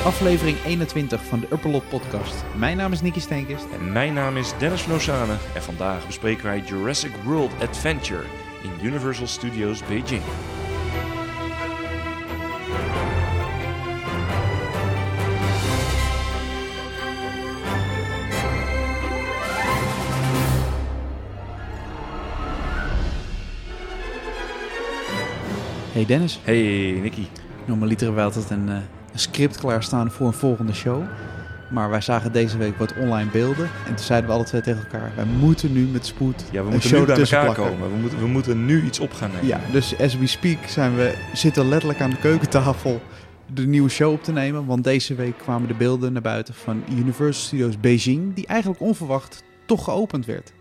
Aflevering 21 van de Upperlot podcast. Mijn naam is Nicky Steenkist. En mijn naam is Dennis van Oostzane. En vandaag bespreken wij Jurassic World Adventure in Universal Studios Beijing. Hey Dennis. Hey Nicky. Normaliter hebben we altijd een script klaarstaan voor een volgende show. Maar wij zagen deze week wat online beelden. En toen zeiden we alle twee tegen elkaar, wij moeten nu met spoed Ja, we een moeten show nu bij tussen elkaar plakken. komen. We moeten nu iets op gaan nemen. Ja, dus as we speak zitten letterlijk aan de keukentafel de nieuwe show op te nemen. Want deze week kwamen de beelden naar buiten van Universal Studios Beijing, die eigenlijk onverwacht toch geopend werd.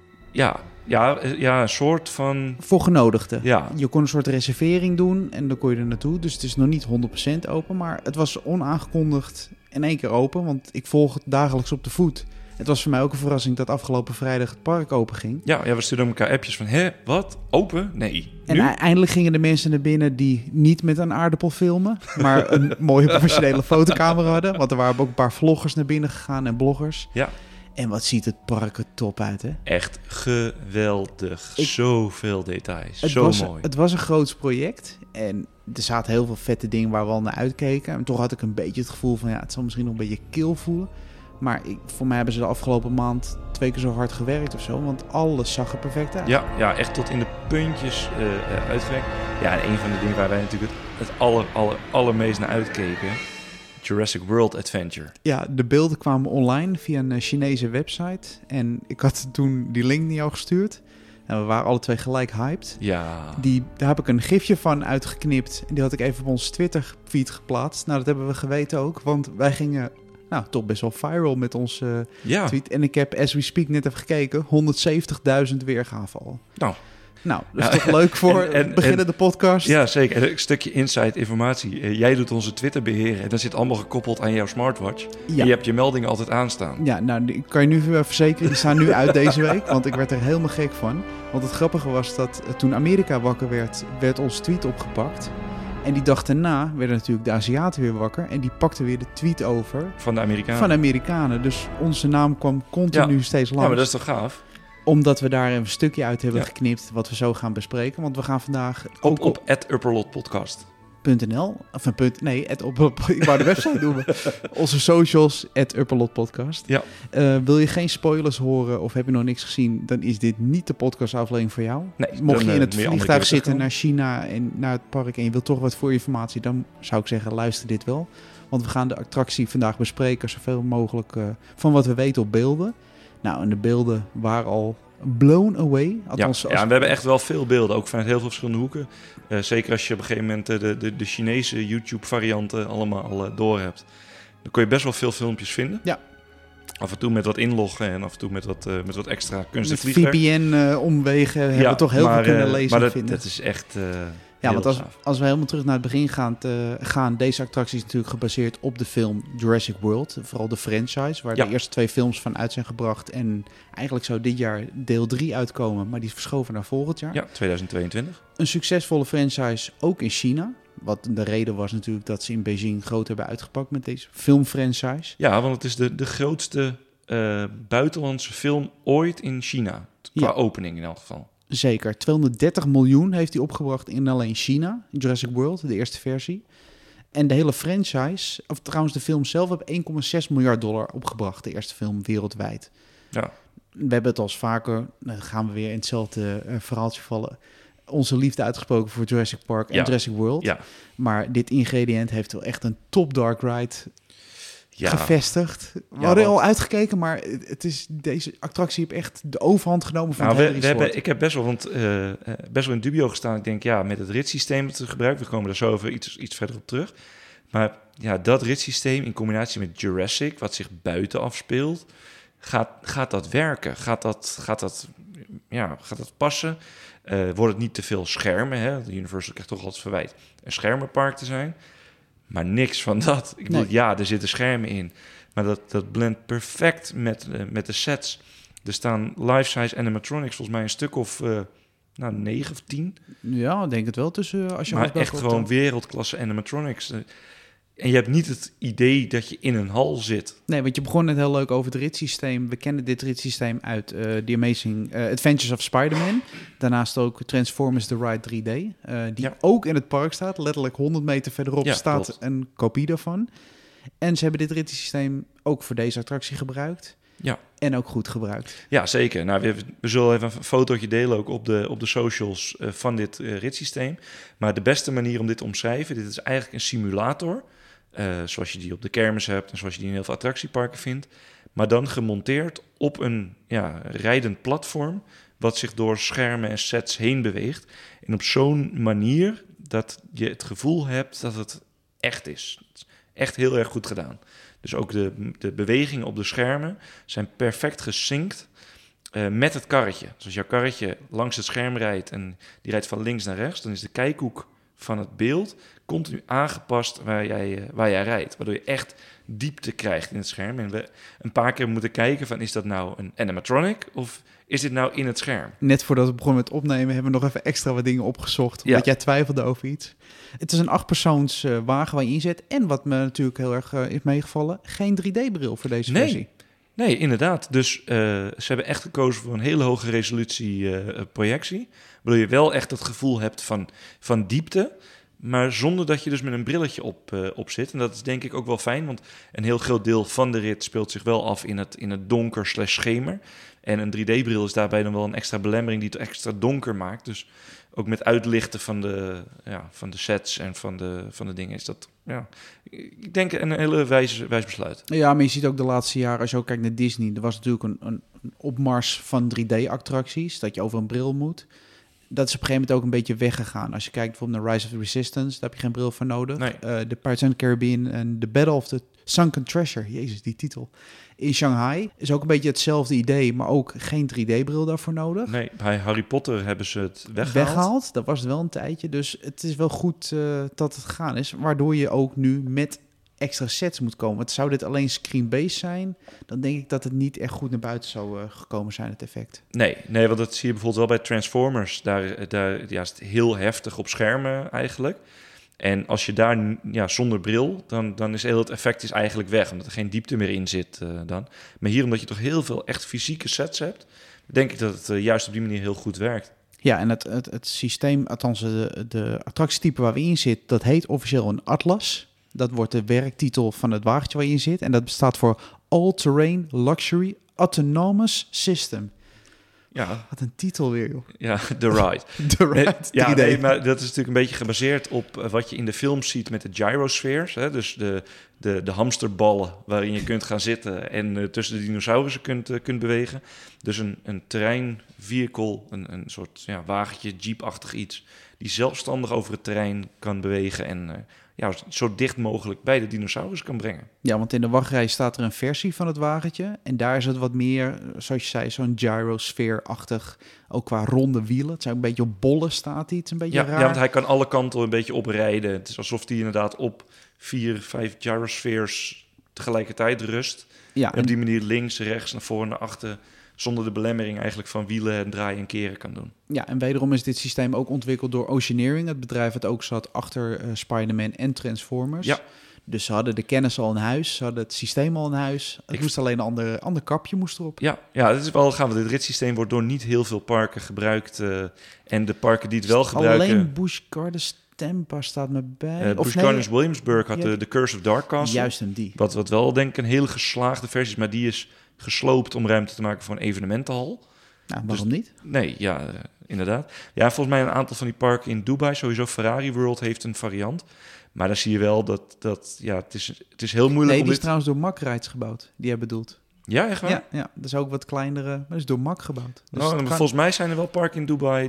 Ja, een soort van... Voor genodigden. Ja. Je kon een soort reservering doen en dan kon je er naartoe. Dus het is nog niet 100% open, maar het was onaangekondigd in één keer open. Want ik volg het dagelijks op de voet. Het was voor mij ook een verrassing dat afgelopen vrijdag het park open ging. Ja, we stuurden elkaar appjes van, wat? Open? Nee. En Nu? eindelijk gingen de mensen naar binnen die niet met een aardappel filmen, maar een mooie professionele fotocamera hadden. Want er waren ook een paar vloggers naar binnen gegaan en bloggers. Ja. En wat ziet het park er top uit, hè? Echt geweldig. Zoveel details. Mooi. Het was een groots project. En er zaten heel veel vette dingen waar we al naar uitkeken. En toch had ik een beetje het gevoel van, het zal misschien nog een beetje kil voelen. Maar voor mij hebben ze de afgelopen maand 2 keer zo hard gewerkt of zo. Want alles zag er perfect uit. Ja, echt tot in de puntjes uitgewerkt. Ja, en een van de dingen waar wij natuurlijk het allermeest naar uitkeken... Jurassic World Adventure. Ja, de beelden kwamen online via een Chinese website. En ik had toen die link naar jou gestuurd. En we waren alle twee gelijk hyped. Ja. Daar heb ik een gifje van uitgeknipt. En die had ik even op onze Twitter-feed geplaatst. Nou, dat hebben we geweten ook. Want wij gingen toch best wel viral met onze tweet. En ik heb, as we speak, net even gekeken. 170.000 weergaven al. Nou, dat is toch leuk voor beginnende podcast? Ja, zeker. En een stukje inside informatie. Jij doet onze Twitter beheren en dat zit allemaal gekoppeld aan jouw smartwatch. Ja. En je hebt je meldingen altijd aanstaan. Ja, nou, die kan je nu verzekeren. Die staan nu uit deze week, want ik werd er helemaal gek van. Want het grappige was dat toen Amerika wakker werd onze tweet opgepakt. En die dag daarna werden natuurlijk de Aziaten weer wakker. En die pakten weer de tweet over. Van de Amerikanen. Van de Amerikanen. Dus onze naam kwam continu steeds langs. Ja, maar dat is toch gaaf? Omdat we daar een stukje uit hebben geknipt wat we zo gaan bespreken. Want we gaan vandaag ook op @upperlotpodcast.nl of ik wou de website noemen. Onze socials @upperlotpodcast. Ja. Wil je geen spoilers horen of heb je nog niks gezien, dan is dit niet de podcastaflevering voor jou. Nee, mocht je in het vliegtuig zitten naar China en naar het park en je wilt toch wat voor informatie, dan zou ik zeggen luister dit wel. Want we gaan de attractie vandaag bespreken, zoveel mogelijk van wat we weten op beelden. Nou, en de beelden waren al blown away. Althans, en we hebben echt wel veel beelden, ook vanuit heel veel verschillende hoeken. Zeker als je op een gegeven moment de Chinese YouTube-varianten allemaal door hebt. Dan kun je best wel veel filmpjes vinden. Ja. Af en toe met wat inloggen en af en toe met wat extra kunstig vliegwerk. VPN-omwegen hebben we toch heel veel kunnen lezen en vinden. Dat is echt... want als we helemaal terug naar het begin gaan, deze attractie is natuurlijk gebaseerd op de film Jurassic World. Vooral de franchise, waar de eerste 2 films van uit zijn gebracht. En eigenlijk zou dit jaar deel 3 uitkomen, maar die is verschoven naar volgend jaar. Ja, 2022. Een succesvolle franchise, ook in China. Wat de reden was natuurlijk dat ze in Beijing groot hebben uitgepakt met deze filmfranchise. Ja, want het is de grootste buitenlandse film ooit in China. Qua opening in elk geval. Zeker. 230 miljoen heeft hij opgebracht in alleen China. Jurassic World, de eerste versie. En de hele franchise, of trouwens de film zelf, heeft $1,6 miljard opgebracht. De eerste film wereldwijd. Ja. We hebben het als vaker, dan gaan we weer in hetzelfde verhaaltje vallen. Onze liefde uitgesproken voor Jurassic Park en Jurassic World. Ja. Maar dit ingrediënt heeft wel echt een top dark ride gevestigd. We hadden al uitgekeken, maar deze attractie heeft echt de overhand genomen van het hele resort. Ik heb best wel in dubio gestaan. Ik denk, met het ritssysteem dat we gebruiken, we komen daar zo over iets verder op terug. Maar dat ritssysteem in combinatie met Jurassic, wat zich buiten afspeelt, gaat dat werken? Gaat dat passen? Wordt het niet te veel schermen? Hè? De Universal krijgt toch altijd verwijt een schermenpark te zijn. Maar niks van dat. Ik bedoel, er zitten schermen in. Maar dat blendt perfect met de sets. Er staan life-size animatronics, volgens mij een stuk of 9 of 10. Ja, ik denk het wel tussen. Als je maar echt gewoon wereldklasse animatronics. En je hebt niet het idee dat je in een hal zit. Nee, want je begon net heel leuk over het ritssysteem. We kennen dit ritssysteem uit The Amazing Adventures of Spider-Man. Daarnaast ook Transformers The Ride 3D. Die ook in het park staat. Letterlijk 100 meter verderop staat klopt. Een kopie daarvan. En ze hebben dit ritssysteem ook voor deze attractie gebruikt. Ja. En ook goed gebruikt. Ja, zeker. Nou, we zullen even een fotootje delen ook op de socials van dit ritssysteem. Maar de beste manier om dit te omschrijven, dit is eigenlijk een simulator. Zoals je die op de kermis hebt en zoals je die in heel veel attractieparken vindt. Maar dan gemonteerd op een rijdend platform, wat zich door schermen en sets heen beweegt. En op zo'n manier dat je het gevoel hebt dat het echt is. Het is echt heel erg goed gedaan. Dus ook de bewegingen op de schermen zijn perfect gesynct met het karretje. Dus als jouw karretje langs het scherm rijdt en die rijdt van links naar rechts, dan is de kijkhoek van het beeld continu aangepast waar jij rijdt. Waardoor je echt diepte krijgt in het scherm. En we een paar keer moeten kijken van, is dat nou een animatronic of is dit nou in het scherm? Net voordat we begonnen met opnemen hebben we nog even extra wat dingen opgezocht. Omdat jij twijfelde over iets. Het is een 8-persoons wagen waar je in zit. En wat me natuurlijk heel erg is meegevallen, geen 3D-bril voor deze versie. Nee, inderdaad. Dus ze hebben echt gekozen voor een hele hoge resolutie projectie. Waardoor je wel echt het gevoel hebt van diepte, maar zonder dat je dus met een brilletje op zit. En dat is denk ik ook wel fijn, want een heel groot deel van de rit speelt zich wel af in het donker/schemer. En een 3D-bril is daarbij dan wel een extra belemmering die het extra donker maakt. Dus ook met uitlichten van de sets en van de dingen is dat, ik denk een hele wijs besluit. Ja, maar je ziet ook de laatste jaren, als je ook kijkt naar Disney, er was natuurlijk een opmars van 3D-attracties, dat je over een bril moet. Dat is op een gegeven moment ook een beetje weggegaan. Als je kijkt bijvoorbeeld naar Rise of the Resistance, daar heb je geen bril voor nodig. Nee. De Pirates of the Caribbean en The Battle of the Sunken Treasure, jezus, die titel, in Shanghai is ook een beetje hetzelfde idee, maar ook geen 3D-bril daarvoor nodig. Nee, bij Harry Potter hebben ze het weggehaald. Dat was het wel een tijdje, dus het is wel goed dat het gaan is, waardoor je ook nu met extra sets moet komen. Want zou dit alleen screen-based zijn, dan denk ik dat het niet echt goed naar buiten zou gekomen zijn, het effect. Nee, want dat zie je bijvoorbeeld wel bij Transformers. Daar is het heel heftig op schermen eigenlijk. En als je daar zonder bril, dan is heel het effect eigenlijk weg, omdat er geen diepte meer in zit dan. Maar hier, omdat je toch heel veel echt fysieke sets hebt, denk ik dat het juist op die manier heel goed werkt. Ja, en het systeem, althans de attractietype waar we in zitten, dat heet officieel een Atlas. Dat wordt de werktitel van het wagentje waar je in zit. En dat staat voor All-Terrain Luxury Autonomous System. Ja. Wat een titel weer, joh. Ja, The Ride. The Ride, 3D. Nee, maar dat is natuurlijk een beetje gebaseerd op wat je in de films ziet met de gyrospheres. Hè? Dus de hamsterballen waarin je kunt gaan zitten en tussen de dinosaurussen kunt bewegen. Dus een terreinvehicle, een soort wagentje, jeep-achtig iets, die zelfstandig over het terrein kan bewegen en zo dicht mogelijk bij de dinosaurus kan brengen. Ja, want in de wachtrij staat er een versie van het wagentje. En daar is het wat meer, zoals je zei, zo'n gyrosphere-achtig. Ook qua ronde wielen. Het zijn een beetje op bollen staat hij. Het is een beetje raar. Ja, want hij kan alle kanten een beetje oprijden. Het is alsof hij inderdaad op 4, 5 gyrospheres tegelijkertijd rust. Ja, en op die manier links, rechts, naar voren, naar achter, zonder de belemmering eigenlijk van wielen en draaien en keren kan doen. Ja, en wederom is dit systeem ook ontwikkeld door Oceaneering, het bedrijf dat ook zat achter Spider-Man en Transformers. Ja. Dus ze hadden de kennis al in huis, ze hadden het systeem al in huis. Het moest alleen een ander kapje moest erop. Ja, dat is wel gaaf. Dit ritssysteem wordt door niet heel veel parken gebruikt. En de parken die het wel gebruiken... Alleen Busch Gardens Tampa staat me bij. Busch Gardens Williamsburg had de Curse of Dark Castle. Juist hem, die. Wat wel denk ik een hele geslaagde versie is, maar die is gesloopt om ruimte te maken voor een evenementenhal. Nou, waarom niet? Nee, inderdaad. Ja, volgens mij een aantal van die parken in Dubai, sowieso Ferrari World heeft een variant. Maar dan zie je wel dat het is heel moeilijk. Nee, die is trouwens door Mack Rides gebouwd, die jij bedoelt. Ja, echt waar? Ja, dat is ook wat kleinere, maar dat is door Mack gebouwd. Dus volgens mij zijn er wel parken in Dubai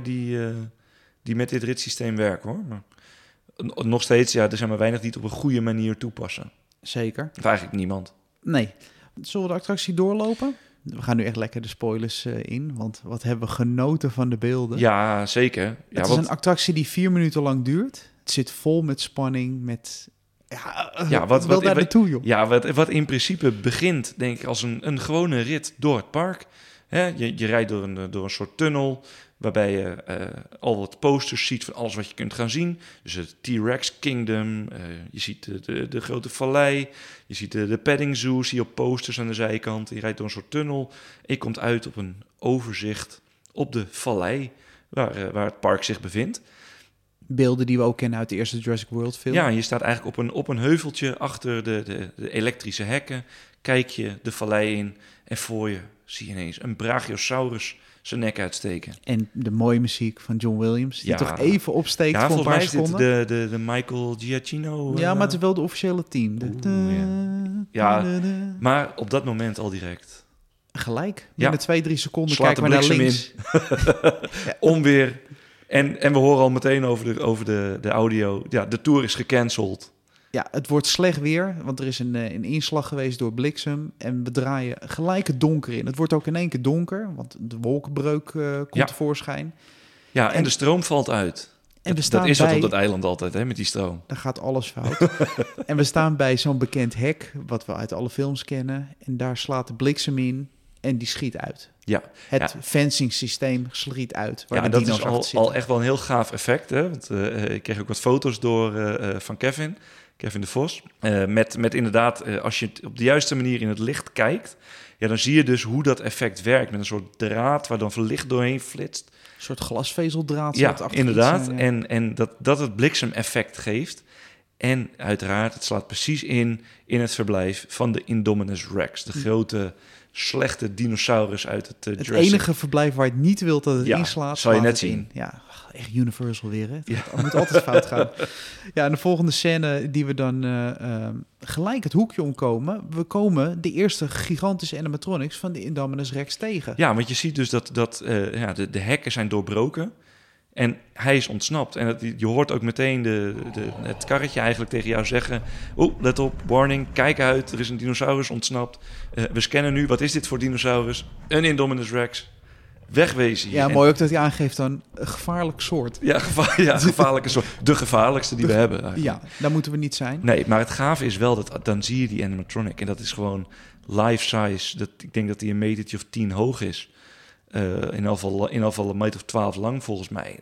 die met dit ritssysteem werken, hoor. Maar nog steeds, er zijn maar weinig die het op een goede manier toepassen. Zeker. Of eigenlijk niemand. Nee. Zullen we de attractie doorlopen? We gaan nu echt lekker de spoilers in, want wat hebben we genoten van de beelden. Ja, zeker. Het is een attractie die 4 minuten lang duurt. Het zit vol met spanning, met... wat daar naartoe, joh? Ja, wat in principe begint, denk ik, als een gewone rit door het park. Je rijdt door een soort tunnel. waarbij je al wat posters ziet van alles wat je kunt gaan zien. Dus het T-Rex Kingdom, je ziet de grote vallei, je ziet de petting zoo, zie je op posters aan de zijkant. Je rijdt door een soort tunnel en je komt uit op een overzicht op de vallei waar het park zich bevindt. Beelden die we ook kennen uit de eerste Jurassic World film. Ja, en je staat eigenlijk op een heuveltje achter de elektrische hekken. Kijk je de vallei in en voor je zie je ineens een Brachiosaurus zijn nek uitsteken. En de mooie muziek van John Williams, die toch even opsteekt voor een paar seconden. Ja, volgens mij is dit de Michael Giacchino. Ja, maar het is wel de officiële team. Maar op dat moment al direct. Gelijk. Binnen 2-3 seconden slaat kijken we naar links. Onweer. En we horen al meteen over de audio. Ja, de tour is gecanceld. Ja, het wordt slecht weer, want er is een inslag geweest door bliksem. En we draaien gelijk het donker in. Het wordt ook in één keer donker, want de wolkenbreuk komt tevoorschijn. Ja, en de stroom valt uit. En dat is wat op dat eiland altijd, hè, met die stroom. Dan gaat alles fout. En we staan bij zo'n bekend hek, wat we uit alle films kennen. En daar slaat de bliksem in en die schiet uit. Ja. Het fencing systeem schiet uit. Waar dat is al echt wel een heel gaaf effect. Hè? Want ik kreeg ook wat foto's door van Kevin de Vos. Met inderdaad, als je op de juiste manier in het licht kijkt, ja, dan zie je dus hoe dat effect werkt. Met een soort draad waar dan verlicht doorheen flitst. Een soort glasvezeldraad. Ja, inderdaad. En dat het bliksemeffect geeft. En uiteraard, het slaat precies in het verblijf van de Indominus Rex. De grote, slechte dinosaurus uit het Jurassic. Het enige verblijf waar je het niet wilt dat het inslaat. Zal je net zien. Ja, echt Universal weer, hè? Het moet altijd fout gaan. Ja, en de volgende scène die we dan gelijk het hoekje omkomen. We komen de eerste gigantische animatronics van de Indominus Rex tegen. Ja, want je ziet dus dat de hekken zijn doorbroken. En hij is ontsnapt. En je hoort ook meteen het karretje eigenlijk tegen jou zeggen... let op, warning, kijk uit, er is een dinosaurus ontsnapt. We scannen nu, wat is dit voor dinosaurus? Een Indominus Rex. Wegwezen hier. Ja, mooi ook dat hij aangeeft dan een gevaarlijk soort. Ja, gevaarlijke soort. De gevaarlijkste die we hebben eigenlijk. Ja, daar moeten we niet zijn. Nee, maar het gave is wel dat dan zie je die animatronic. En dat is gewoon life size. Ik denk dat hij een metertje of 10 hoog is. In ieder geval een meter of 12 lang volgens mij.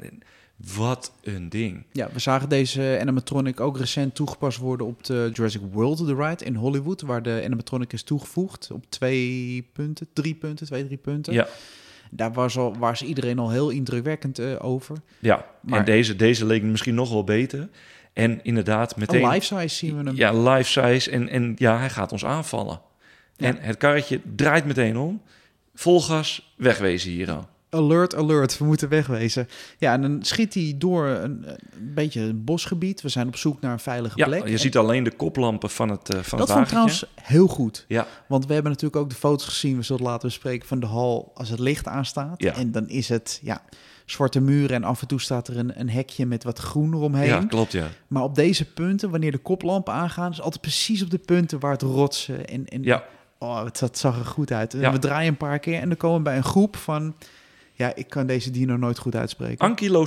Wat een ding. Ja, we zagen deze animatronic ook recent toegepast worden op de Jurassic World The Ride in Hollywood, waar de animatronic is toegevoegd op 2 punten, 3 punten. Ja. Daar was iedereen al heel indrukwekkend over. Ja, maar en deze leek misschien nog wel beter. En inderdaad meteen... life size zien we hem. Ja, life size. En ja, hij gaat ons aanvallen. Ja. En het karretje draait meteen om. Vol gas, wegwezen hier al. Alert, we moeten wegwezen. Ja, en dan schiet hij door een beetje een bosgebied. We zijn op zoek naar een veilige plek. Ja, je ziet alleen de koplampen van het wagentje. Dat vond ik trouwens heel goed. Ja. Want we hebben natuurlijk ook de foto's gezien, we zullen laten bespreken, van de hal als het licht aanstaat. Ja. En dan is het zwarte muren en af en toe staat er een hekje met wat groen eromheen. Ja, klopt, ja. Maar op deze punten, wanneer de koplampen aangaan, is altijd precies op de punten waar het rotsen en ja. Oh, dat zag er goed uit. En we draaien een paar keer en dan komen we bij een groep van... Ja, ik kan deze dino nooit goed uitspreken.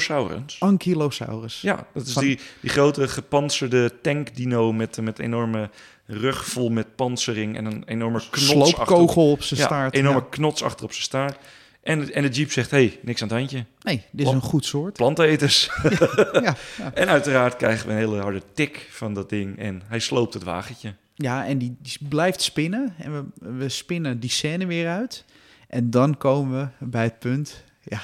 Ankylosaurus. Ja, dat is die grote gepantserde tankdino met enorme rug vol met pantsering en een enorme knots sloopkogel op zijn staart. Enorme knots achter op zijn staart. En de jeep zegt, niks aan het handje. Nee, dit is een goed soort. Planteneters. Ja. En uiteraard krijgen we een hele harde tik van dat ding en hij sloopt het wagentje. Ja, en die blijft spinnen. En we spinnen die scène weer uit. En dan komen we bij het punt,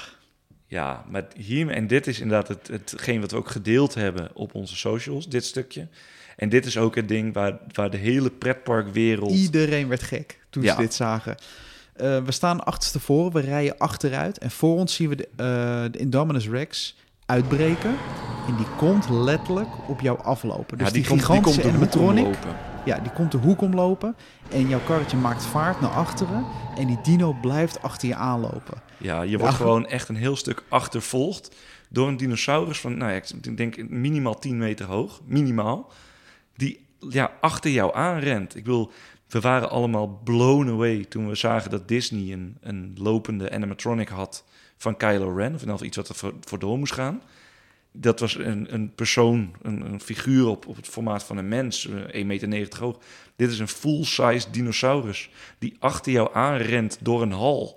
Ja, maar en dit is inderdaad hetgeen wat we ook gedeeld hebben op onze socials, dit stukje. En dit is ook het ding waar de hele pretparkwereld... Iedereen werd gek toen ze dit zagen. We staan achterstevoren, we rijden achteruit. En voor ons zien we de Indominus Rex uitbreken. En die komt letterlijk op jou aflopen. Dus die gigantische animatronic... Ja, die komt de hoek omlopen en jouw karretje maakt vaart naar achteren en die dino blijft achter je aanlopen. Ja, je wordt gewoon echt een heel stuk achtervolgd door een dinosaurus van, ik denk minimaal 10 meter hoog, minimaal, die achter jou aanrent. Ik bedoel, we waren allemaal blown away toen we zagen dat Disney een lopende animatronic had van Kylo Ren, of in ieder geval iets wat er voor door moest gaan. Dat was een persoon, een figuur op het formaat van een mens, 1,90 meter hoog. Dit is een full-size dinosaurus die achter jou aanrent door een hal.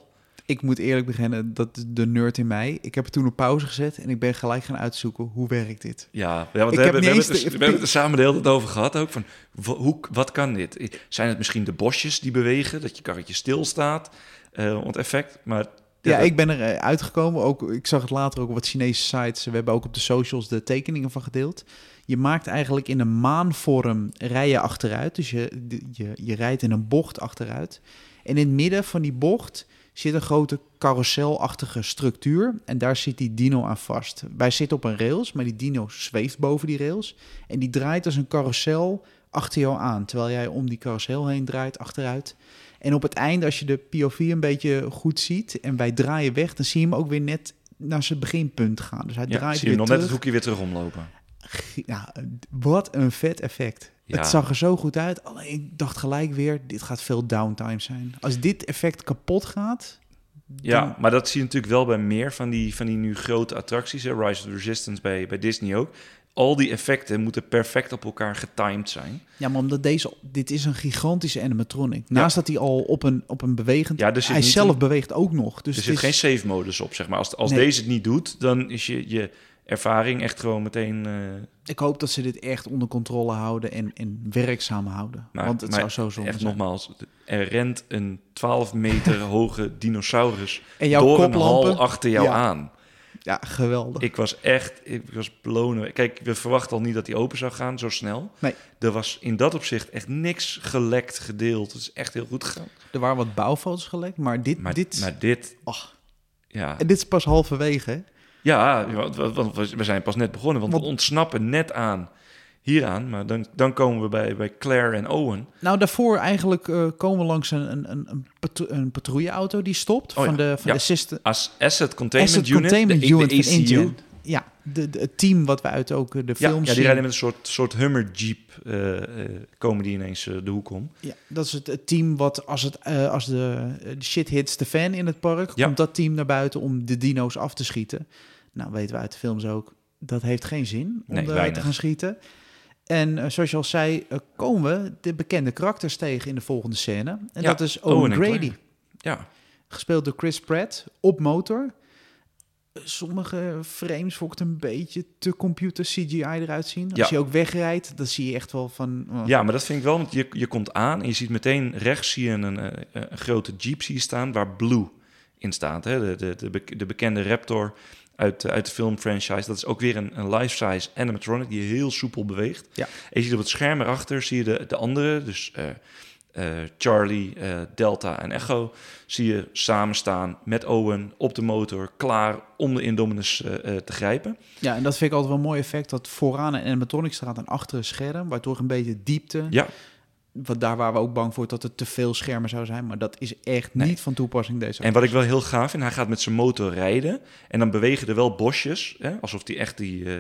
Ik moet eerlijk beginnen, dat is de nerd in mij. Ik heb het toen op pauze gezet en ik ben gelijk gaan uitzoeken, hoe werkt dit? Ja, want we hebben het er samen de hele tijd over gehad ook. Van, wat kan dit? Zijn het misschien de bosjes die bewegen, dat je karretje stilstaat? Het effect, maar... Ja, ik ben er uitgekomen. Ook, ik zag het later ook op wat Chinese sites. We hebben ook op de socials de tekeningen van gedeeld. Je maakt eigenlijk in een maanvorm rijden achteruit. Dus je rijdt in een bocht achteruit. En in het midden van die bocht zit een grote carouselachtige structuur. En daar zit die dino aan vast. Wij zitten op een rails, maar die dino zweeft boven die rails. En die draait als een carousel achter jou aan. Terwijl jij om die carousel heen draait achteruit. En op het einde, als je de POV een beetje goed ziet en wij draaien weg, dan zie je hem ook weer net naar zijn beginpunt gaan. Dus hij draait zie je nog net het hoekje weer terug omlopen. Ja, wat een vet effect. Ja. Het zag er zo goed uit. Alleen ik dacht gelijk weer, dit gaat veel downtime zijn. Als dit effect kapot gaat... Ja, maar dat zie je natuurlijk wel bij meer van die nu grote attracties. Hè? Rise of the Resistance bij Disney ook. Al die effecten moeten perfect op elkaar getimed zijn. Ja, maar omdat dit is een gigantische animatronic. Naast dat hij al op een bewegend... Ja, hij zelf beweegt ook nog. Dus er zit geen save-modus op, zeg maar. Als deze het niet doet, dan is je ervaring echt gewoon meteen... Ik hoop dat ze dit echt onder controle houden en werkzaam houden. Want het zou zo zonde echt zijn. Nogmaals, er rent een 12 meter hoge dinosaurus en jouw door koplampen, een hal achter jou aan. Ja, geweldig. Ik was blown. Kijk, we verwachten al niet dat die open zou gaan zo snel. Nee. Er was in dat opzicht echt niks gelekt, gedeeld. Het is echt heel goed gegaan. Er waren wat bouwfoto's gelekt, maar dit... Ach, ja. En dit is pas halverwege, hè? Ja, want we zijn pas net begonnen. Want we ontsnappen net hieraan. Maar dan komen we bij Claire en Owen. Nou, daarvoor eigenlijk komen we langs een patrouilleauto die stopt. Van de Asset Containment Unit, de ACU. Ja, het team wat we uit ook de films die rijden met een soort Hummer Jeep komen die ineens de hoek om. Ja, dat is het team wat als de shit hits the fan in het park, komt dat team naar buiten om de dino's af te schieten. Nou, weten we uit de films ook, dat heeft geen zin om te gaan schieten. En zoals je al zei, komen we de bekende karakters tegen in de volgende scène. En dat is Owen Grady. Ja. Gespeeld door Chris Pratt op motor. Sommige frames vond ik het een beetje te computer CGI eruit zien. Als je ook wegrijdt, dan zie je echt wel van... Oh. Ja, maar dat vind ik wel, want je komt aan en je ziet meteen rechts zie je een grote Jeep staan waar Blue in staat. Hè? De bekende Raptor uit de filmfranchise. Dat is ook weer een life-size animatronic die heel soepel beweegt. Ja. En je ziet op het scherm erachter zie je de andere, dus... Charlie, Delta en Echo zie je samen staan met Owen op de motor, klaar om de Indominus te grijpen. Ja, en dat vind ik altijd wel een mooi effect, dat vooraan een animatronic staat en achter een scherm, waardoor een beetje diepte... Ja. Daar waren we ook bang voor dat het te veel schermen zou zijn, maar dat is echt niet van toepassing deze. En wat ik wel heel gaaf vind, hij gaat met zijn motor rijden en dan bewegen er wel bosjes, hè, alsof hij echt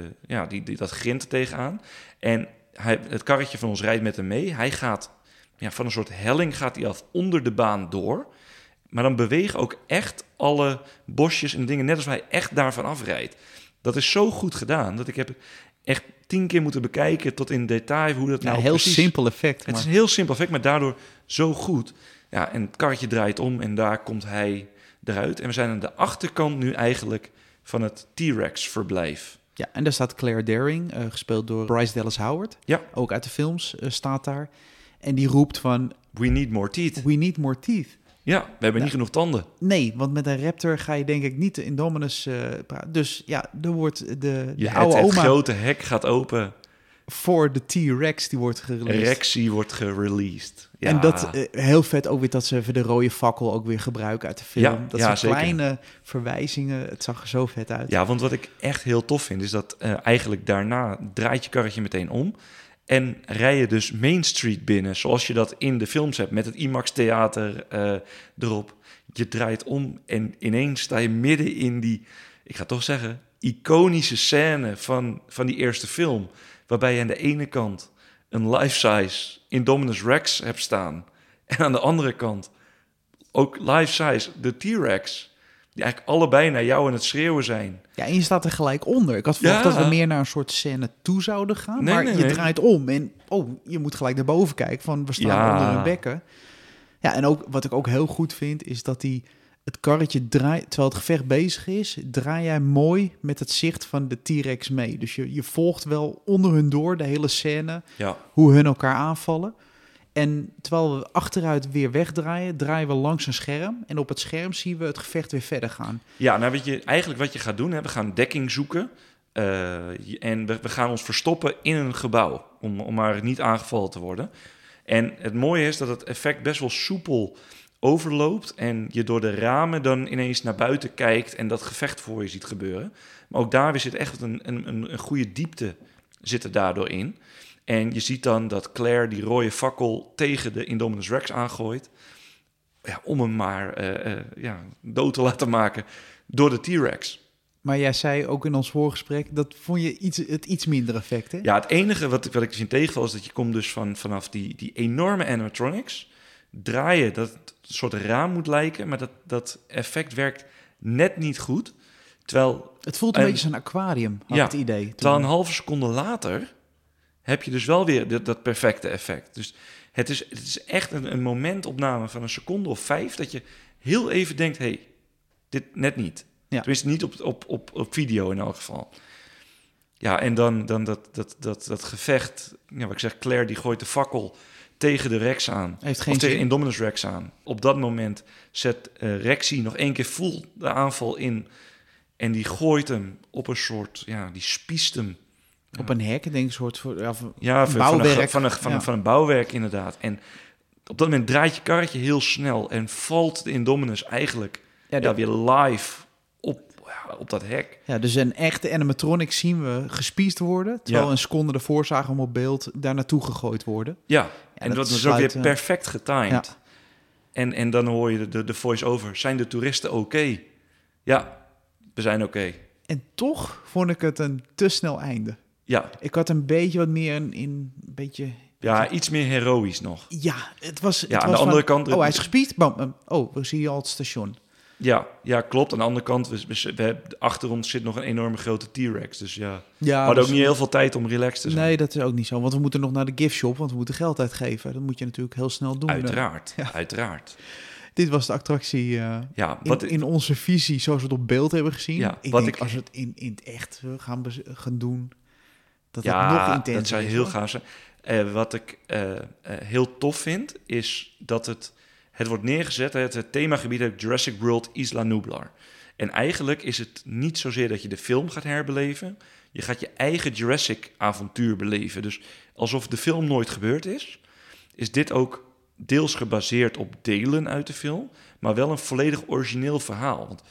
dat grint tegenaan. En het karretje van ons rijdt met hem mee. Hij gaat... Ja, van een soort helling gaat hij af onder de baan door. Maar dan bewegen ook echt alle bosjes en dingen... net als hij echt daarvan afrijdt. Dat is zo goed gedaan dat ik heb echt 10 keer moeten bekijken... tot in detail hoe dat nou heel precies... simpel effect. Het is een heel simpel effect, maar daardoor zo goed. Ja, en het karretje draait om en daar komt hij eruit. En we zijn aan de achterkant nu eigenlijk van het T-Rex-verblijf. Ja, en daar staat Claire Daring, gespeeld door Bryce Dallas Howard. Ja. Ook uit de films staat daar... En die roept van... We need more teeth. We need more teeth. Ja, we hebben niet genoeg tanden. Nee, want met een raptor ga je denk ik niet de Indominus praten. Dus ja, er wordt de oude oma... Het grote hek gaat open. Voor de T-Rex, die wordt gereleased. Rexy wordt gereleased. Ja. En dat heel vet ook weer dat ze even de rode fakkel ook weer gebruiken uit de film. Ja, dat zijn zeker. Kleine verwijzingen. Het zag er zo vet uit. Ja, want wat ik echt heel tof vind... is dat eigenlijk daarna draait je karretje meteen om... En rij je dus Main Street binnen, zoals je dat in de films hebt... met het IMAX Theater erop. Je draait om en ineens sta je midden in die... ik ga toch zeggen, iconische scène van die eerste film... waarbij je aan de ene kant een life-size Indominus Rex hebt staan... en aan de andere kant ook life-size de T-Rex... die eigenlijk allebei naar jou aan het schreeuwen zijn. Ja, en je staat er gelijk onder. Ik had verwacht dat we meer naar een soort scène toe zouden gaan. Maar je draait om en je moet gelijk naar boven kijken. Van we staan onder hun bekken. Ja, en ook wat ik ook heel goed vind, is dat die het karretje draait, terwijl het gevecht bezig is, draai jij mooi met het zicht van de T-Rex mee. Dus je volgt wel onder hun door de hele scène, hoe hun elkaar aanvallen. En terwijl we achteruit weer wegdraaien, draaien we langs een scherm. En op het scherm zien we het gevecht weer verder gaan. Ja, nou eigenlijk wat je gaat doen, we gaan dekking zoeken. En we gaan ons verstoppen in een gebouw, om maar niet aangevallen te worden. En het mooie is dat het effect best wel soepel overloopt en je door de ramen dan ineens naar buiten kijkt en dat gevecht voor je ziet gebeuren. Maar ook daar weer zit echt een goede diepte zit er daardoor in. En je ziet dan dat Claire die rode fakkel tegen de Indominus Rex aangooit, om hem maar dood te laten maken door de T-Rex. Maar jij zei ook in ons voorgesprek, dat vond je het iets minder effect, hè? Ja, het enige wat ik dus in tegenval is dat je komt dus vanaf die enorme animatronics, draaien dat het een soort raam moet lijken, maar dat effect werkt net niet goed. Terwijl het voelt een beetje als een aquarium, had het idee. Terwijl een halve seconde later heb je dus wel weer dat perfecte effect. Dus het is echt een momentopname van een seconde of 5 dat je heel even denkt, dit net niet. Ja. Tenminste, niet op video in elk geval. Ja, en dan dat gevecht. Ja, wat ik zeg, Claire die gooit de fakkel tegen de Rex aan. Tegen Indominus Rex aan. Op dat moment zet Rexy nog 1 keer full de aanval in. En die gooit hem op een soort, die spiest hem. Op een hek, denk ik, een soort bouwwerk. Van een bouwwerk, inderdaad. En op dat moment draait je karretje heel snel en valt de Indominus eigenlijk weer live op dat hek. Ja, dus een echte animatronic zien we gespiest worden, terwijl een seconde ervoor zagen hem op beeld daar naartoe gegooid worden. Ja, en dat is ook weer perfect getimed. Ja. En dan hoor je de voice-over. Zijn de toeristen oké? Ja, we zijn oké. En toch vond ik het een te snel einde. Ja. Ik had een beetje wat meer een beetje... Ja, iets meer heroïs nog. Ja, het was... Ja, aan de andere kant... hij is gespiest. We zien je al het station. Ja, klopt. Aan de andere kant, achter ons zit nog een enorme grote T-Rex. Dus we hadden ook niet heel veel tijd om relaxed te zijn. Nee, dat is ook niet zo. Want we moeten nog naar de gift shop, want we moeten geld uitgeven. Dat moet je natuurlijk heel snel doen. Uiteraard. Dit was de attractie in onze visie, zoals we het op beeld hebben gezien. Ja, ik denk, als we het in het echt gaan doen, dat het nog intenser is. Dat zou heel gaaf zijn. Wat ik heel tof vind, is dat het wordt neergezet. Het themagebied heet Jurassic World Isla Nublar. En eigenlijk is het niet zozeer dat je de film gaat herbeleven. Je gaat je eigen Jurassic-avontuur beleven. Dus alsof de film nooit gebeurd is dit ook deels gebaseerd op delen uit de film, maar wel een volledig origineel verhaal. Want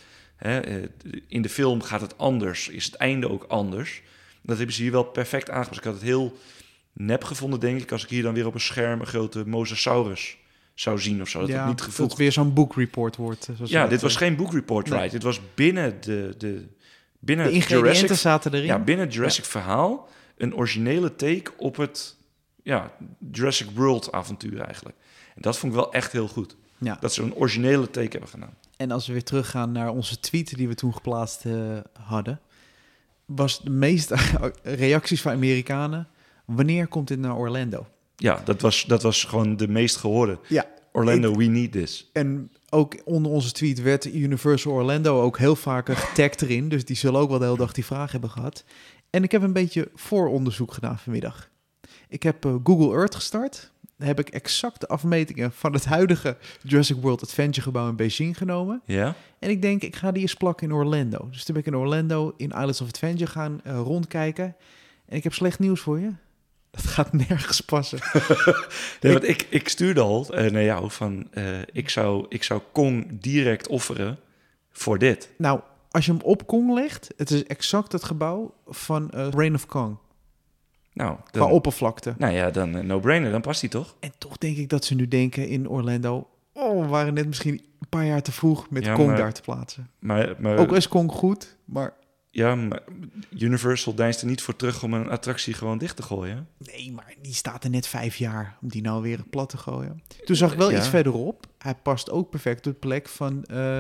in de film gaat het anders, is het einde ook anders. Dat hebben ze hier wel perfect aangepast. Ik had het heel nep gevonden, denk ik, als ik hier dan weer op een scherm een grote mosasaurus zou zien of zo. Dat het niet gevoegd. Dat het weer zo'n boekreport wordt. Dit was geen boekreport, right? Dit was binnen de ingrediënten Jurassic, zaten erin. Ja, binnen het Jurassic verhaal een originele take op het Jurassic World avontuur eigenlijk. En dat vond ik wel echt heel goed. Ja. Dat ze een originele take hebben gedaan. En als we weer teruggaan naar onze tweet die we toen geplaatst hadden, was de meeste reacties van Amerikanen: wanneer komt dit naar Orlando? Ja, dat was gewoon de meest gehoorde. Ja, Orlando, we need this. En ook onder onze tweet werd Universal Orlando ook heel vaak getagd erin. Dus die zullen ook wel de hele dag die vraag hebben gehad. En ik heb een beetje vooronderzoek gedaan vanmiddag. Ik heb Google Earth gestart. Daar heb ik exact de afmetingen van het huidige Jurassic World Adventure gebouw in Beijing genomen. Ja. En ik denk, ik ga die eens plakken in Orlando. Dus toen ben ik in Orlando in Islands of Adventure gaan rondkijken. En ik heb slecht nieuws voor je. Dat gaat nergens passen. Want ik stuurde al naar jou van... ik zou Kong direct offeren voor dit. Nou, als je hem op Kong legt... het is exact het gebouw van Reign of Kong. Nou, qua oppervlakte. Nou ja, dan no-brainer, dan past hij toch? En toch denk ik dat ze nu denken in Orlando... we waren net misschien een paar jaar te vroeg met Kong daar te plaatsen. Maar ook is Kong goed, maar... Ja, maar Universal deinst er niet voor terug om een attractie gewoon dicht te gooien. Nee, maar die staat er net 5 jaar om die nou weer plat te gooien. Toen zag ik wel iets verderop. Hij past ook perfect op de plek van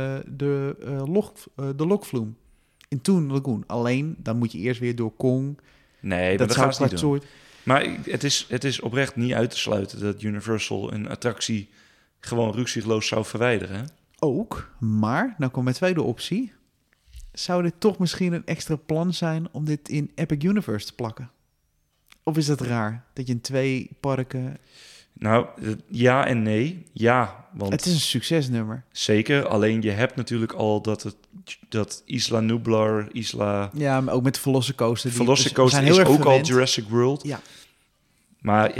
de Lokvloem in Toon Lagoon. Alleen, dan moet je eerst weer door Kong. Nee, dat gaat niet doen. Maar het is oprecht niet uit te sluiten dat Universal een attractie gewoon rukzichtloos zou verwijderen. ook, maar, nou komt mijn tweede optie. Zou dit toch misschien een extra plan zijn om dit in Epic Universe te plakken? Of is dat raar, dat je in 2 parken... Nou, ja en nee. Ja, want... Het is een succesnummer. Zeker, alleen je hebt natuurlijk al dat Isla Nublar, Isla... Ja, maar ook met de Velocicoaster. Velocicoaster is ook verwend. al Jurassic World. Ja. Maar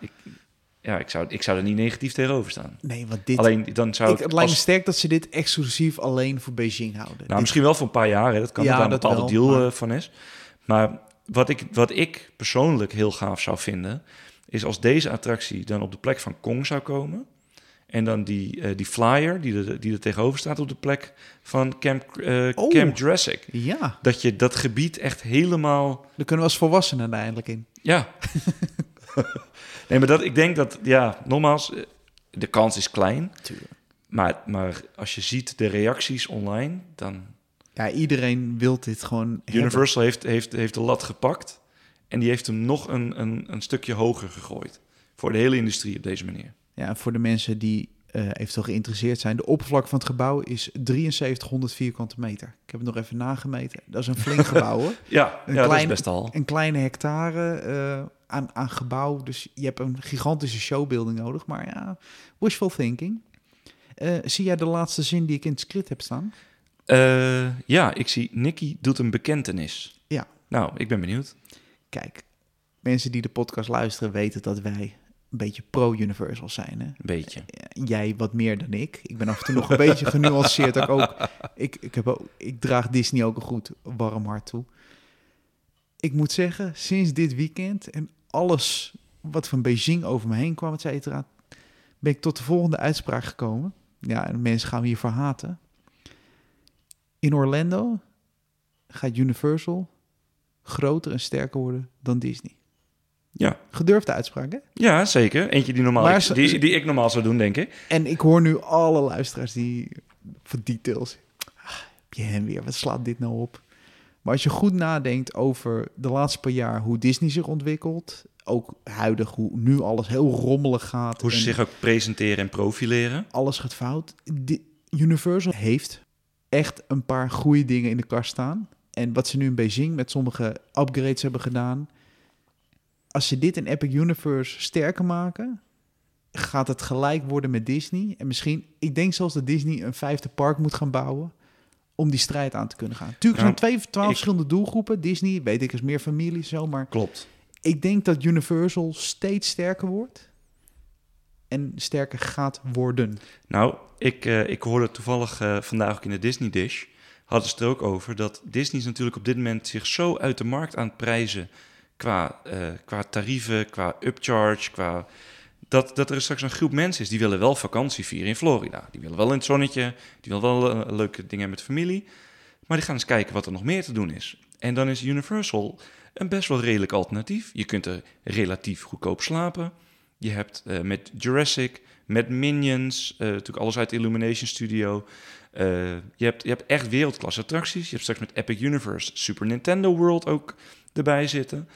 ik zou er niet negatief tegenover staan. Nee, want dit... Alleen dan zou het lijkt me sterk dat ze dit exclusief alleen voor Beijing houden. Nou, misschien wel voor een paar jaar. Hè. Dat kan dat daar een bepaalde deal van is. Maar wat ik persoonlijk heel gaaf zou vinden... is als deze attractie dan op de plek van Kong zou komen... en dan die flyer die er tegenover staat op de plek van Camp Jurassic. Ja. Dat je dat gebied echt helemaal... Daar kunnen we als volwassenen eindelijk in. Ja. Nee, maar ik denk dat, nogmaals, de kans is klein. Tuurlijk. Maar als je ziet de reacties online, dan... Ja, iedereen wil dit gewoon Universal heeft de lat gepakt... en die heeft hem nog een stukje hoger gegooid. Voor de hele industrie op deze manier. Ja, voor de mensen die eventueel geïnteresseerd zijn... de oppervlak van het gebouw is 7300 vierkante meter. Ik heb het nog even nagemeten. Dat is een flink gebouw, hoor. Dat is best al. Een kleine hectare aan gebouw. Dus je hebt een gigantische showbuilding nodig. Maar ja, wishful thinking. Zie jij de laatste zin die ik in het script heb staan? Ik zie Nicky doet een bekentenis. Ja. Nou, ik ben benieuwd. Kijk, mensen die de podcast luisteren weten dat wij een beetje pro-Universal zijn. Hè? Een beetje. Jij wat meer dan ik. Ik ben af en toe nog een beetje genuanceerd. Ik draag Disney ook een goed warm hart toe. Ik moet zeggen, sinds dit weekend en alles wat van Beijing over me heen kwam, et cetera, ben ik tot de volgende uitspraak gekomen. Ja, en mensen gaan me hiervoor haten. In Orlando gaat Universal groter en sterker worden dan Disney. Ja. Gedurfde uitspraak, hè? Ja, zeker. Eentje die ik normaal zou doen, denk ik. En ik hoor nu alle luisteraars die van details... heb je hem weer, wat slaat dit nou op? Maar als je goed nadenkt over de laatste paar jaar... hoe Disney zich ontwikkelt... ook huidig, hoe nu alles heel rommelig gaat... Hoe ze zich ook presenteren en profileren. Alles gaat fout. Universal heeft echt een paar goede dingen in de kast staan. En wat ze nu in Beijing met sommige upgrades hebben gedaan... als ze dit in Epic Universe sterker maken... gaat het gelijk worden met Disney. En misschien, ik denk zelfs dat Disney een 5e park moet gaan bouwen... om die strijd aan te kunnen gaan. Tuurlijk zijn 12 verschillende doelgroepen. Disney, weet ik, is meer familie, zo, maar... Klopt. Ik denk dat Universal steeds sterker wordt... en sterker gaat worden. Nou, ik hoorde toevallig vandaag ook in de Disney Dish... hadden ze het er ook over dat Disney is natuurlijk op dit moment... zich zo uit de markt aan het prijzen... qua tarieven, qua upcharge, dat er straks een groep mensen is... die willen wel vakantie vieren in Florida. Die willen wel in het zonnetje, die willen wel leuke dingen met familie... maar die gaan eens kijken wat er nog meer te doen is. En dan is Universal een best wel redelijk alternatief. Je kunt er relatief goedkoop slapen. Je hebt met Jurassic, met Minions... natuurlijk alles uit de Illumination Studio... Je hebt echt wereldklasse attracties. Je hebt straks met Epic Universe Super Nintendo World ook erbij zitten.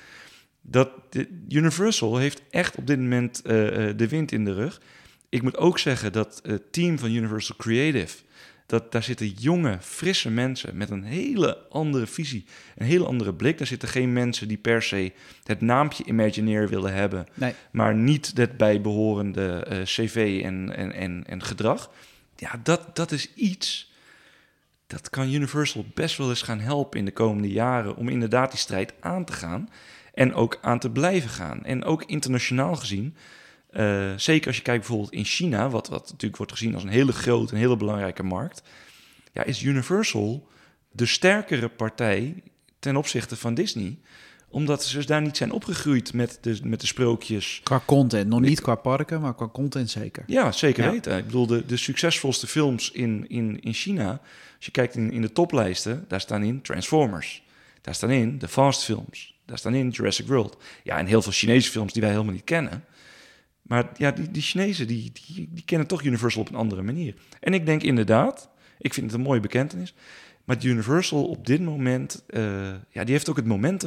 Universal heeft echt op dit moment de wind in de rug. Ik moet ook zeggen dat het team van Universal Creative... daar zitten jonge, frisse mensen met een hele andere visie. Een hele andere blik. Daar zitten geen mensen die per se het naampje Imagineer willen hebben... Nee. maar niet het bijbehorende cv en gedrag... Ja, dat is iets, dat kan Universal best wel eens gaan helpen in de komende jaren... om inderdaad die strijd aan te gaan en ook aan te blijven gaan. En ook internationaal gezien, zeker als je kijkt bijvoorbeeld in China... wat natuurlijk wordt gezien als een hele grote, een hele belangrijke markt... ja, is Universal de sterkere partij ten opzichte van Disney... omdat ze dus daar niet zijn opgegroeid met de sprookjes. Qua content, nog niet qua parken, maar qua content zeker. Ja, zeker weten. Ik bedoel, de succesvolste films in China... als je kijkt in de toplijsten, daar staan in Transformers. Daar staan in de Fast films. Daar staan in Jurassic World. Ja, en heel veel Chinese films die wij helemaal niet kennen. Maar ja, die Chinezen, die kennen toch Universal op een andere manier. En ik denk inderdaad, ik vind het een mooie bekentenis... maar Universal op dit moment, die heeft ook het momentum...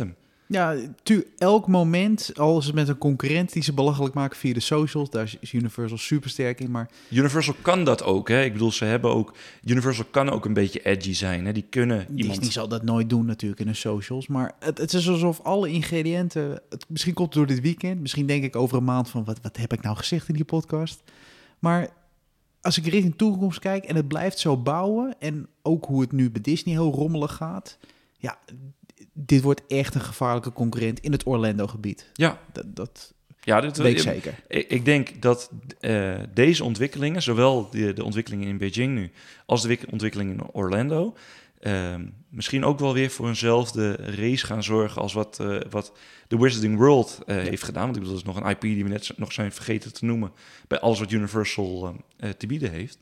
Ja, elk moment, al is het met een concurrent die ze belachelijk maken via de socials, daar is Universal super sterk in, maar... Universal kan dat ook, hè? Ik bedoel, Universal kan ook een beetje edgy zijn, hè? Die kunnen Disney zal dat nooit doen natuurlijk in de socials, maar het is alsof alle ingrediënten... misschien komt het door dit weekend, misschien denk ik over een maand van, wat heb ik nou gezegd in die podcast? Maar als ik richting toekomst kijk en het blijft zo bouwen, en ook hoe het nu bij Disney heel rommelig gaat, ja... Dit wordt echt een gevaarlijke concurrent in het Orlando-gebied. Ja. Dat weet ik zeker. Ik denk dat deze ontwikkelingen, zowel de ontwikkelingen in Beijing nu, als de ontwikkelingen in Orlando, misschien ook wel weer voor eenzelfde race gaan zorgen als wat de Wizarding World heeft gedaan. Want ik bedoel, dat is nog een IP die we net nog zijn vergeten te noemen bij alles wat Universal te bieden heeft.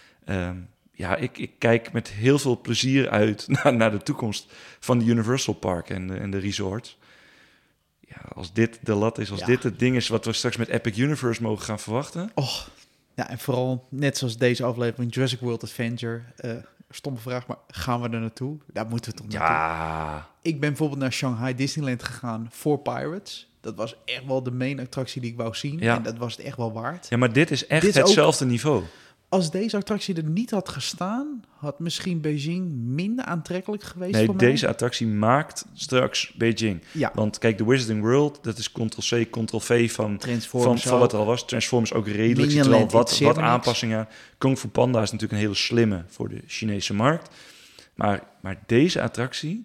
Ik kijk met heel veel plezier uit naar de toekomst van de Universal Park en de resorts. Ja, als dit de lat is, dit het ding is wat we straks met Epic Universe mogen gaan verwachten. Ja, en vooral net zoals deze aflevering Jurassic World Adventure. Stomme vraag, maar gaan we er naartoe? Daar moeten we toch naartoe. Ja. Ik ben bijvoorbeeld naar Shanghai Disneyland gegaan voor Pirates. Dat was echt wel de main attractie die ik wou zien. Ja. En dat was het echt wel waard. Ja, maar dit is echt hetzelfde niveau. Als deze attractie er niet had gestaan, had misschien Beijing minder aantrekkelijk geweest voor mij. Deze attractie maakt straks Beijing. Ja. Want kijk, de Wizarding World, dat is Ctrl-C, Ctrl-V van wat er al was. Transformers ook redelijk, ziet er wel wat aanpassingen aan. Kung Fu Panda is natuurlijk een hele slimme voor de Chinese markt. Maar deze attractie,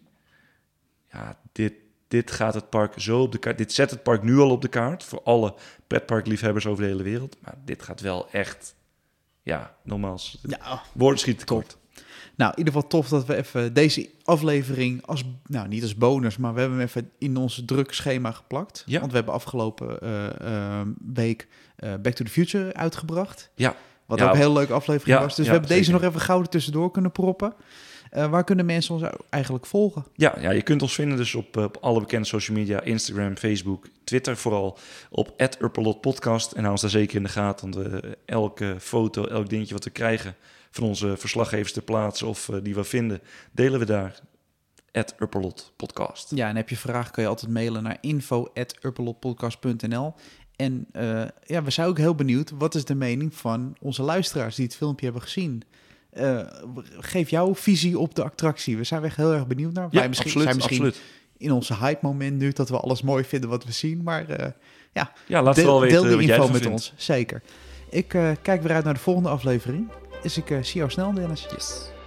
ja, dit gaat het park zo op de kaart. Dit zet het park nu al op de kaart voor alle pretparkliefhebbers over de hele wereld. Maar dit gaat wel echt... Ja, nogmaals. Woorden schieten tekort. Nou, in ieder geval tof dat we even deze aflevering niet als bonus, maar we hebben hem even in ons druk schema geplakt. Ja. Want we hebben afgelopen week Back to the Future uitgebracht. Ja. Wat ook een hele leuke aflevering was. Dus we hebben deze nog even gauw tussendoor kunnen proppen. Waar kunnen mensen ons eigenlijk volgen? Ja, je kunt ons vinden dus op alle bekende social media. Instagram, Facebook, Twitter vooral. Op @urpelotpodcast. En hou ons daar zeker in de gaten. Want elke foto, elk dingetje wat we krijgen van onze verslaggevers ter plaatse of die we vinden, delen we daar. @urpelotpodcast. Ja, en heb je vragen kun je altijd mailen naar info@urpelotpodcast.nl. En we zijn ook heel benieuwd, wat is de mening van onze luisteraars die het filmpje hebben gezien? Geef jouw visie op de attractie. We zijn echt heel erg benieuwd naar. Ja, Wij zijn misschien absoluut. In onze hype moment nu dat we alles mooi vinden wat we zien. Maar laat vooral weten deel die wat info jij met ons. Zeker. Ik kijk weer uit naar de volgende aflevering. Dus ik zie jou snel, Dennis. Yes.